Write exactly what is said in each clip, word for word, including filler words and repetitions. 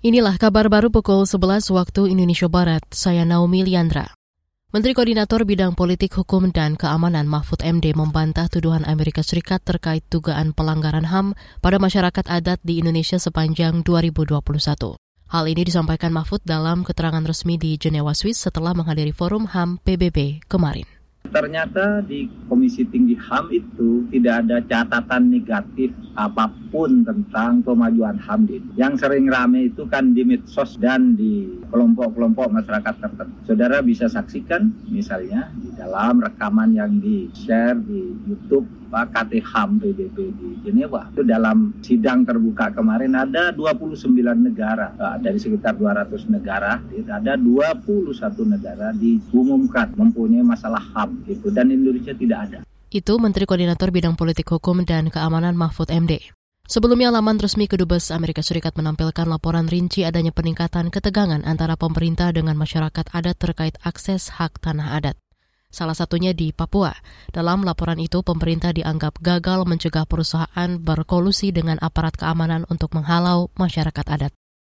Inilah kabar baru pukul sebelas waktu Indonesia Barat. Saya Naomi Liandra. Menteri Koordinator Bidang Politik, Hukum, dan Keamanan Mahfud M D membantah tuduhan Amerika Serikat terkait dugaan pelanggaran H A M pada masyarakat adat di Indonesia sepanjang dua ribu dua puluh satu. Hal ini disampaikan Mahfud dalam keterangan resmi di Jenewa, Swiss setelah menghadiri forum H A M P B B kemarin. Ternyata di Komisi Tinggi H A M itu tidak ada catatan negatif apapun tentang kemajuan H A M. Yang sering rame itu kan di medsos dan di kelompok-kelompok masyarakat tertentu. Saudara bisa saksikan misalnya di dalam rekaman yang di-share di YouTube K T H A M P B B di Jenewa. Itu dalam sidang terbuka kemarin ada dua puluh sembilan negara, dari sekitar dua ratus negara, ada dua puluh satu negara diumumkan mempunyai masalah H A M gitu, dan Indonesia tidak ada. Itu Menteri Koordinator Bidang Politik, Hukum, dan Keamanan Mahfud M D. Sebelumnya, laman resmi Kedubes Amerika Serikat menampilkan laporan rinci adanya peningkatan ketegangan antara pemerintah dengan masyarakat adat terkait akses hak tanah adat. Salah satunya di Papua. Dalam laporan itu, pemerintah dianggap gagal mencegah perusahaan berkolusi dengan aparat keamanan untuk menghalau masyarakat adat.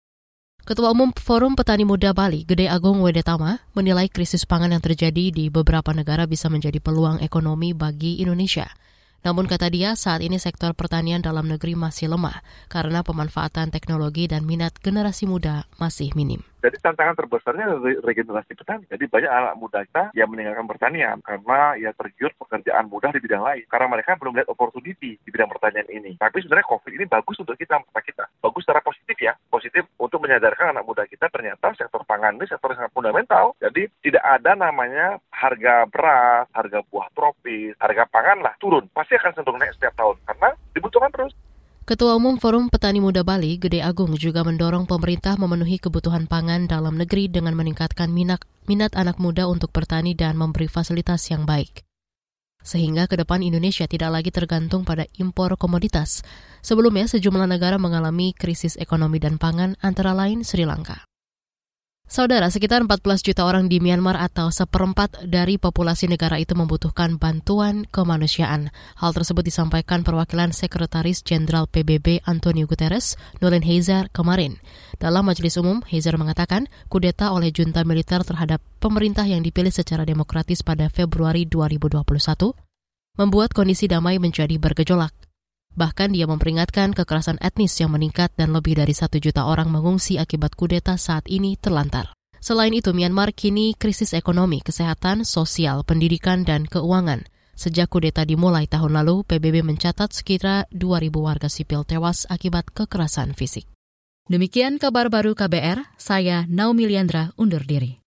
Ketua Umum Forum Petani Muda Bali, Gede Agung Wedetama, menilai krisis pangan yang terjadi di beberapa negara bisa menjadi peluang ekonomi bagi Indonesia. Namun kata dia, saat ini sektor pertanian dalam negeri masih lemah karena pemanfaatan teknologi dan minat generasi muda masih minim. Jadi tantangan terbesarnya regenerasi petani. Jadi banyak anak muda kita yang meninggalkan pertanian karena ya tergiur pekerjaan mudah di bidang lain. Karena mereka belum lihat opportunity di bidang pertanian ini. Tapi sebenarnya COVID ini bagus untuk kita, mata kita. Bagus secara positif ya. Positif untuk menyadarkan anak muda kita ternyata sektor pangan ini sektor yang sangat fundamental. Jadi tidak ada namanya harga beras, harga buah tropis, harga pangan lah turun. Pasti akan cenderung naik setiap tahun karena dibutuhkan terus. Ketua Umum Forum Petani Muda Bali, Gede Agung, juga mendorong pemerintah memenuhi kebutuhan pangan dalam negeri dengan meningkatkan minat, minat anak muda untuk bertani dan memberi fasilitas yang baik. Sehingga ke depan Indonesia tidak lagi tergantung pada impor komoditas. Sebelumnya, sejumlah negara mengalami krisis ekonomi dan pangan, antara lain Sri Lanka. Saudara, sekitar empat belas juta orang di Myanmar atau seperempat dari populasi negara itu membutuhkan bantuan kemanusiaan. Hal tersebut disampaikan perwakilan Sekretaris Jenderal P B B Antonio Guterres, Noeleen Heyzer, kemarin. Dalam majelis umum, Heyzer mengatakan kudeta oleh junta militer terhadap pemerintah yang dipilih secara demokratis pada Februari dua ribu dua puluh satu membuat kondisi damai menjadi bergejolak. Bahkan dia memperingatkan kekerasan etnis yang meningkat dan lebih dari satu juta orang mengungsi akibat kudeta saat ini terlantar. Selain itu, Myanmar kini krisis ekonomi, kesehatan, sosial, pendidikan, dan keuangan. Sejak kudeta dimulai tahun lalu, P B B mencatat sekitar dua ribu warga sipil tewas akibat kekerasan fisik. Demikian kabar baru K B R, saya Naomi Liandra undur diri.